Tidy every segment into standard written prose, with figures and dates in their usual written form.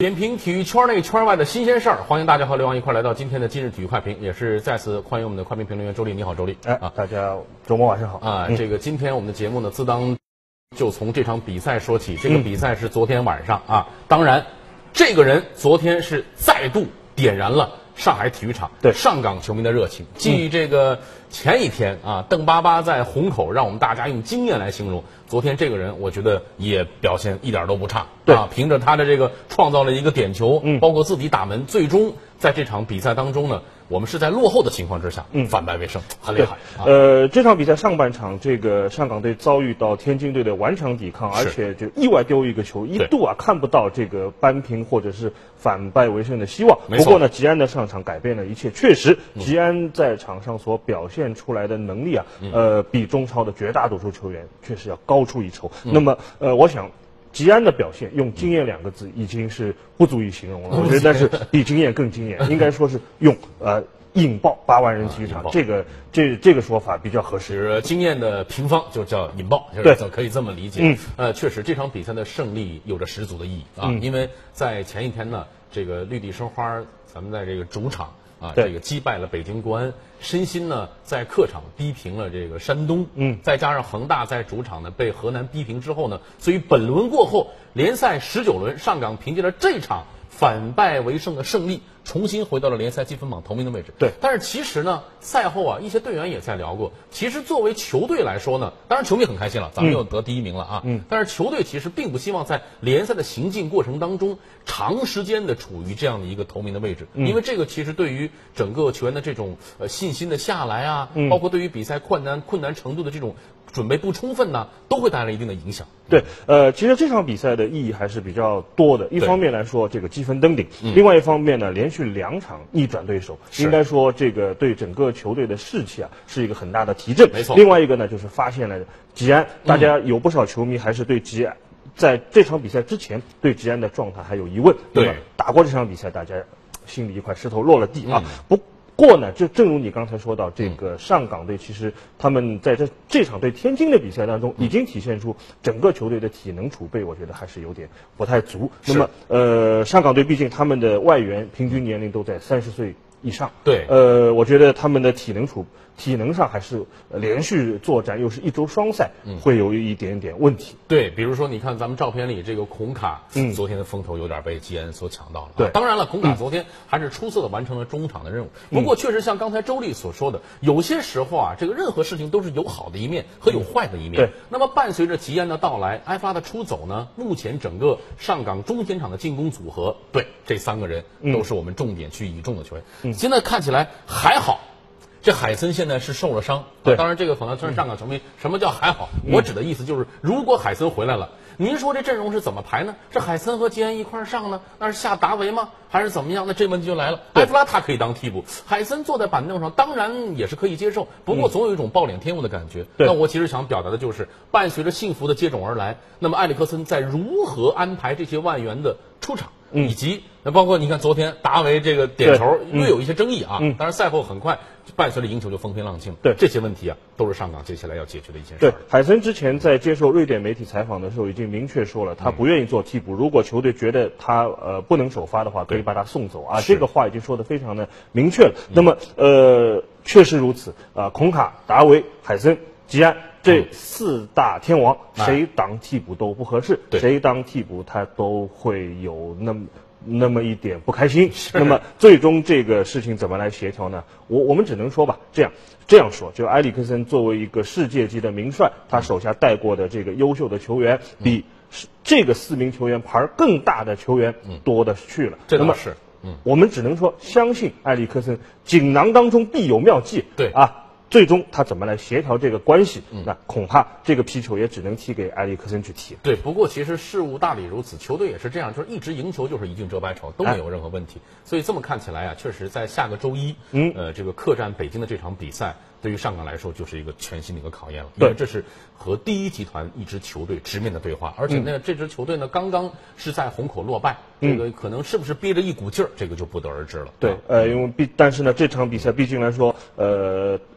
点评体育圈内圈外的新鲜事儿，欢迎大家和刘洋一块来到今天的今日体育快评，也是再次欢迎我们的快评评论员周丽。你好，周丽。 大家周末晚上好啊。这个今天我们的节目呢，自当就从这场比赛说起。这个比赛是昨天晚上啊，当然，这个人昨天是再度点燃了上海体育场对上港球迷的热情。继这个前一天啊，邓巴巴在虹口让我们大家用惊艳来形容，昨天这个人我觉得也表现一点都不差。 对啊，凭着他的这个创造了一个点球，包括自己打门，最终在这场比赛当中呢，我们是在落后的情况之下，反败为胜，很厉害。 这场比赛上半场，这个上港队遭遇到天津队的顽强抵抗，而且就意外丢一个球，一度看不到这个扳平或者是反败为胜的希望。不过呢，吉安的上场改变了一切，确实，吉安在场上所表现出来的能力啊，比中超的绝大多数球员确实要高出一筹。那么，我想。吉安的表现用惊艳两个字已经是不足以形容了，我觉得是比惊艳更惊艳，应该说是用引爆8万人体育场这个说法比较合适。 惊艳的平方就叫引爆，对，可以这么理解。确实这场比赛的胜利有着十足的意义啊，因为在前一天呢，这个绿地申花咱们在这个主场。这个击败了北京国安，申鑫呢在客场逼平了这个山东，再加上恒大在主场呢被河南逼平之后呢，所以本轮过后，联赛19轮，上港凭借着这场反败为胜的胜利，重新回到了联赛积分榜头名的位置。 对， 但是其实呢，赛后啊，一些队员也在聊过，其实作为球队来说呢，当然球迷很开心了，咱们又得第1名了啊。但是球队其实并不希望在联赛的行进过程当中，长时间的处于这样的一个头名的位置，因为这个其实对于整个球员的这种信心的下来啊，包括对于比赛困难程度的这种准备不充分呢，都会带来一定的影响。 对，其实这场比赛的意义还是比较多的。一方面来说，这个积分登顶；另外一方面呢，连续2场逆转对手，应该说这个对整个球队的士气啊是一个很大的提振。 没错。 另外一个呢，就是发现了吉安，大家有不少球迷还是对吉安在这场比赛之chen对吉安的状态还有疑问。 对。 那么打过这场比赛，大家心里一块石头落了地啊。不过呢，就正如你刚才说到，这个上港队其实他们在这场对天津的比赛当中，已经体现出整个球队的体能储备，我觉得还是有点不太足。那么，上港队毕竟他们的外援平均年龄都在30岁以上， 对， 我觉得他们的体能上还是连续作战，又是1周双赛，会有一点点问题。 对，比如说你看咱们照片里这个孔卡，昨天的风头有点被吉安所抢到了。 对， 当然了，孔卡昨天还是出色的完成了中场的任务。不过确实像刚才周丽所说的，有些时候啊，这个任何事情都是有好的一面和有坏的一面。 对。 那么伴随着吉安的到来，埃弗拉的出走呢，目前整个上港中前场的进攻组合，对这3个人都是我们重点去倚重的球员。现在看起来还好。这海森现在是受了伤， 对， 当然这个可能算是上港球迷。什么叫还好？我指的意思就是，如果海森回来了，您说这阵容是怎么排呢？是海森和吉安一块上呢？那是下达维吗？还是怎么样？那这问题就来了。埃弗拉他可以当替补，海森坐在板凳上，当然也是可以接受。不过总有一种暴殄天物的感觉。那我其实想表达的就是，伴随着幸福的接踵而来，那么埃里克森在如何安排这些外援的出场？以及那包括你看昨天达维这个点球略有一些争议啊，当然赛后很快伴随着赢球就风平浪静。 对， 这些问题啊都是上港接下来要解决的一件事。 对，海森之前在接受瑞典媒体采访的时候已经明确说了，他不愿意做替补，如果球队觉得他不能首发的话，可以把他送走啊，这个话已经说得非常的明确了。那么确实如此啊，孔卡、达维、海森、吉安这4大天王，谁当替补都不合适，谁当替补他都会有那么一点不开心。那么最终这个事情怎么来协调呢？我们只能说吧，这样说，就埃里克森作为一个世界级的名帅，他手下带过的这个优秀的球员，比这个4名球员牌更大的球员多的去了。 这倒是， 我们只能说相信埃里克森锦囊当中必有妙计。 对啊。最终他怎么来协调这个关系？那恐怕这个皮球也只能踢给埃里克森去踢。 对，不过其实事物大抵如此，球队也是这样，就是一直赢球就是一进遮百丑，都没有任何问题。所以这么看起来啊，确实在下个周一，这个客战北京的这场比赛，对于上港来说就是一个全新的一个考验了，因为这是和第一集团一支球队直面的对话，而且呢，这支球队呢刚刚是在虹口落败，这个可能是不是憋着一股劲儿，这个就不得而知了。 对，因为但是呢，这场比赛毕竟来说，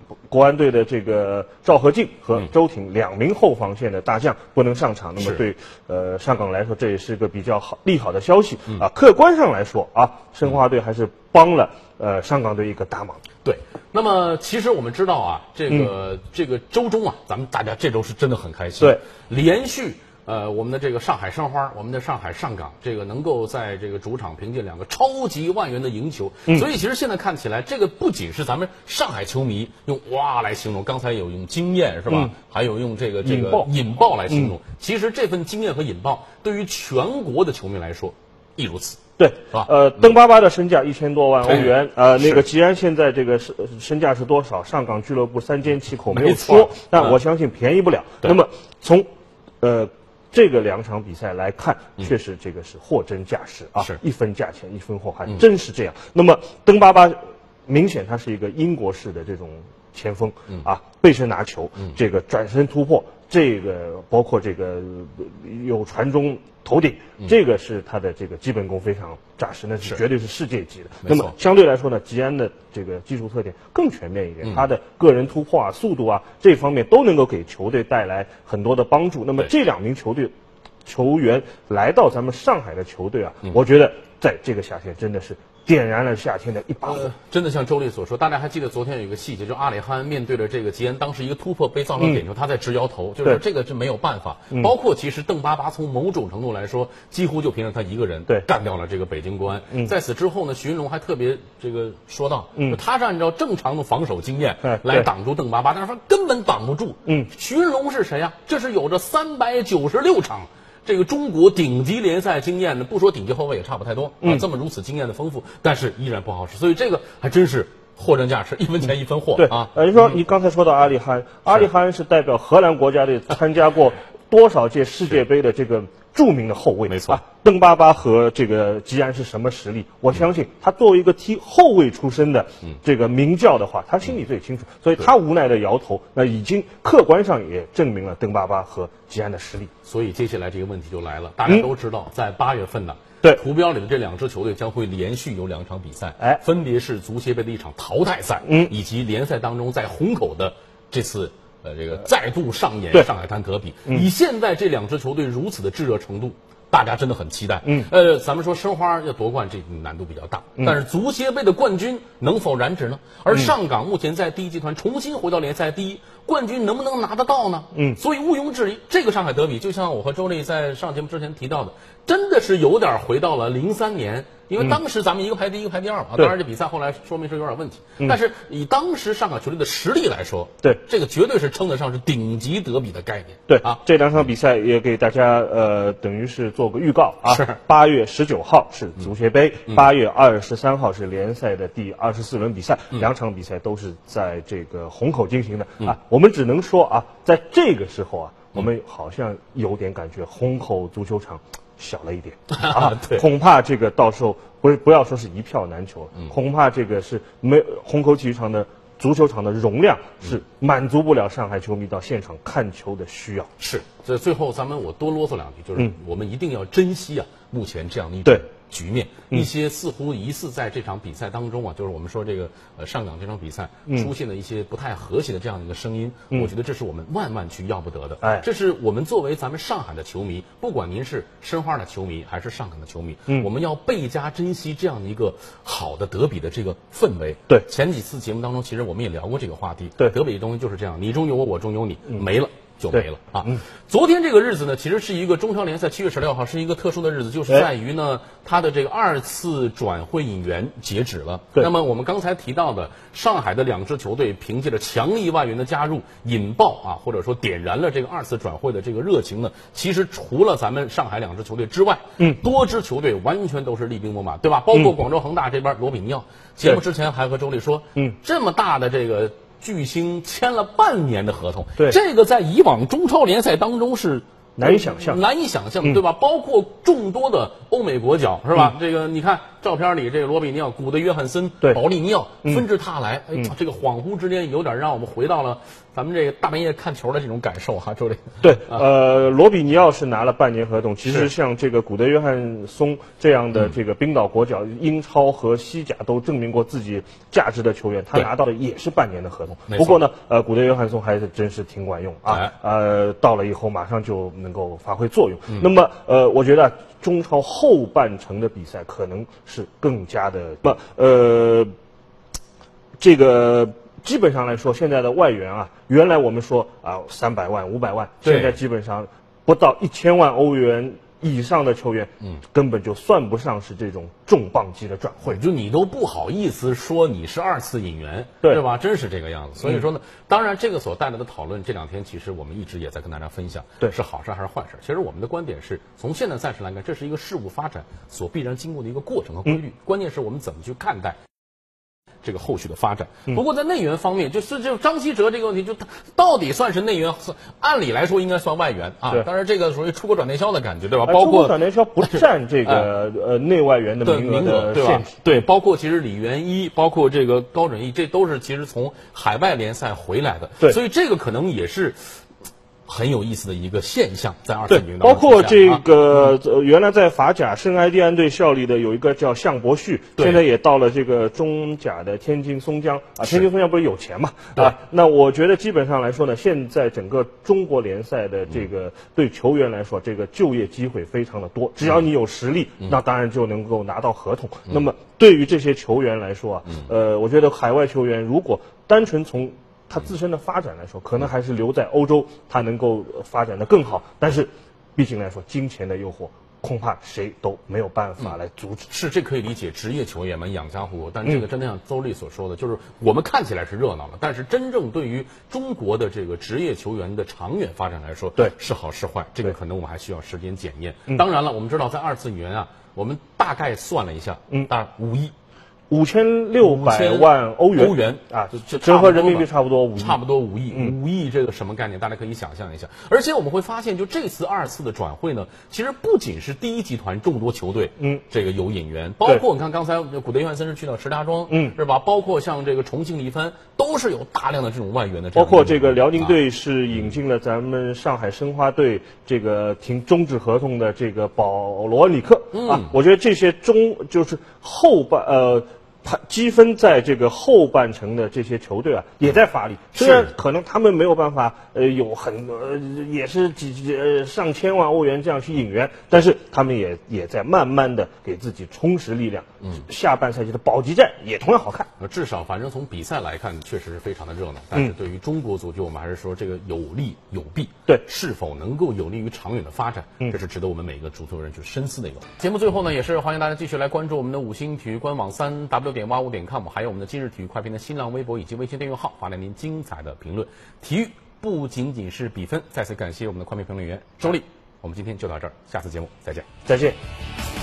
国安队的这个赵和进和周挺2名后防线的大将不能上场，那么对上港来说这也是个比较利好的消息啊。客观上来说啊，申花队还是帮了上港队一个大忙。 对，那么其实我们知道啊，这个周中啊，咱们大家这周是真的很开心， 对， 连续。我们的这个上海申花，我们的上海上港，这个能够在这个主场凭借2个超级万元的赢球，所以其实现在看起来，这个不仅是咱们上海球迷用哇来形容，刚才有用惊艳是吧？还有用这个引爆来形容，其实这份惊艳和引爆对于全国的球迷来说亦如此。 对，邓巴巴的身价1000多万欧元，那个吉安现在这个身价是多少？上港俱乐部3缄其口没有说，但我相信便宜不了。那么从这个2场比赛来看，确实这个是货真价实啊， 是 1分价钱1分货，还真是这样。那么登巴巴明显他是一个英国式的这种前锋啊，背身拿球，这个转身突破，这个包括这个有传中头顶，这个是他的这个基本功非常扎实，那是绝对是世界级的。那么相对来说呢，吉安的这个技术特点更全面一点，他的个人突破啊、速度啊这方面都能够给球队带来很多的帮助。那么这2名球员来到咱们上海的球队啊，我觉得在这个夏天真的是点燃了夏天的一把火。 真的像周丽所说，大家还记得昨天有一个细节，就是阿里汉面对着这个吉安，当时一个突破被造成点球，他在直摇头，就是这个是没有办法。包括其实邓巴巴从某种程度来说，几乎就凭着他一个人干掉了这个北京国安。在此之后呢，徐云龙还特别这个说到，他是按照正常的防守经验来挡住邓巴巴，但是他根本挡不住。徐云龙是谁呀？这是有着396场。这个中国顶级联赛经验呢，不说顶级后卫也差不太多啊，这么如此经验的丰富，但是依然不好使，所以这个还真是货真价实，1分钱1分货。 对啊， 你说你刚才说到阿里汉，阿里汉是代表荷兰国家队参加过多少届世界杯的这个著名的后卫， 没错。 邓巴巴和这个吉安是什么实力？我相信他作为一个踢后卫出身的这个名将的话，他心里最清楚，所以他无奈的摇头，那已经客观上也证明了邓巴巴和吉安的实力。 所以接下来这个问题就来了，大家都知道，在8月份呢， 对图标里的这2支球队将会连续有2场比赛，分别是足协杯的一场淘汰赛，以及联赛当中在虹口的这次这个再度上演上海滩德比。以现在这2支球队如此的炙热程度，大家真的很期待。咱们说申花要夺冠，这难度比较大，但是足协杯的冠军能否染指呢？而上港目前在第一集团重新回到联赛第一，冠军能不能拿得到呢？所以毋庸置疑，这个上海德比就像我和周丽在上节目之前提到的，真的是有点回到了03年。因为当时咱们一个排第一，一个排第二嘛，当然这比赛后来说明是有点问题，但是以当时上港球队的实力来说， 对这个绝对是称得上是顶级德比的概念。 对啊，这2场比赛也给大家等于是做个预告啊。是8月19号是足协杯，8月23号是联赛的第24轮比赛，2场比赛都是在这个虹口进行的啊。我们只能说啊，在这个时候啊，我们好像有点感觉虹口足球场小了一点啊， 对， 恐怕这个到时候不要说是一票难求，恐怕这个是虹口体育场的足球场的容量是满足不了上海球迷到现场看球的需要。 是，这最后我多啰嗦2句，就是我们一定要珍惜啊目前这样的一种局面，一些似乎疑似在这场比赛当中啊，就是我们说这个上港这场比赛出现的一些不太和谐的这样的一个声音，我觉得这是我们万万去要不得的。这是我们作为咱们上海的球迷，不管您是申花的球迷还是上港的球迷，我们要倍加珍惜这样的一个好的德比的这个氛围。 对， 前几次节目当中，其实我们也聊过这个话题。 对， 德比的东西就是这样，你中有我，我中有你，没了就没了啊！昨天这个日子呢，其实是一个中超联赛7月16号，是一个特殊的日子，就是在于呢，它的这个2次转会引援截止了。那么我们刚才提到的上海的2支球队，凭借着强力外援的加入，引爆啊，或者说点燃了这个2次转会的这个热情呢。其实除了咱们上海2支球队之外，多支球队完全都是厉兵秣马，对吧？包括广州恒大这边罗比尼奥，节目之前还和周丽说，这么大的这个巨星签了半年的合同，这个在以往中超联赛当中是难以想象，对吧？包括众多的欧美国脚，是吧？这个你看照片里这个罗比尼奥、古德约翰森、 对保利尼奥纷至沓来，哎，这个恍惚之间有点让我们回到了咱们这个大半夜看球的这种感受哈，周磊。 对，罗比尼奥是拿了半年合同，其实像这个古德约翰松这样的这个冰岛国脚，英超和西甲都证明过自己价值的球员，他拿到的也是半年的合同。不过呢，古德约翰松还是真是挺管用啊，到了以后马上就能够发挥作用。那么我觉得中超后半程的比赛可能是更加的这个。基本上来说，现在的外援啊，原来我们说啊300万、500万，现在基本上不到1000万欧元以上的球员，根本就算不上是这种重磅级的转会， 就你都不好意思说你是2次引援， 对吧？真是这个样子。所以说呢，当然这个所带来的讨论，这2天其实我们一直也在跟大家分享， 对， 是好事还是坏事？其实我们的观点是从现在赛事来看，这是一个事物发展所必然经过的一个过程和规律，关键是我们怎么去看待这个后续的发展。不过在内援方面，就张稀哲这个问题，就他到底算是内援，按理来说应该算外援啊。当然这个属于出国转内销的感觉，对吧？包括出国转内销不占这个内外援的名额的限制， 对，包括其实李元一，包括这个高准翼，这都是其实从海外联赛回来的。 对， 所以这个可能也是很有意思的一个现象，在2次引援当中。 包括这个原来在法甲圣埃蒂安队效力的有一个叫向伯旭，现在也到了这个中甲的天津松江啊。天津松江不是有钱嘛啊？那我觉得基本上来说呢，现在整个中国联赛的这个对球员来说，这个就业机会非常的多，只要你有实力，那当然就能够拿到合同。那么对于这些球员来说啊，我觉得海外球员如果单纯从他自身的发展来说，可能还是留在欧洲，他能够发展的更好。但是，毕竟来说，金钱的诱惑，恐怕谁都没有办法来阻止。 是，这可以理解，职业球员们养家糊口，但这个真的像邹丽所说的，就是我们看起来是热闹了，但是真正对于中国的这个职业球员的长远发展来说， 对， 是好是坏，这个可能我们还需要时间检验。当然了，我们知道在2次引援啊，我们大概算了一下，大概5亿。 5600万欧元啊，折合人民币差不多5亿， 差不多5亿，5亿这个什么概念？大家可以想象一下。而且我们会发现，就这次2次的转会呢，其实不仅是第一集团众多球队，这个有引援，包括你看刚才古德约翰森是去到石家庄，是吧？包括像这个重庆力帆，都是有大量的这种外援的。 包括这个辽宁队是引进了咱们上海申花队这个停终止合同的这个保罗恩里克啊，我觉得这些就是后半积分在这个后半程的这些球队啊，也在发力。虽然可能他们没有办法有也是上千万欧元这样去引援，但是他们也在慢慢的给自己充实力量。下半赛季的保级战也同样好看。 至少反正从比赛来看，确实是非常的热闹。但是对于中国足球，我们还是说这个有利有弊。 对， 是否能够有利于长远的发展，这是值得我们每个足球人去深思的一个。节目最后呢，也是欢迎大家继续来关注我们的5星体育官网3w.15.com， 还有我们的今日体育快评的新浪微博以及微信订阅号，发来您精彩的评论。体育不仅仅是比分，再次感谢我们的快评评论员周丽。我们今天就到这儿，下次节目再见。 再见。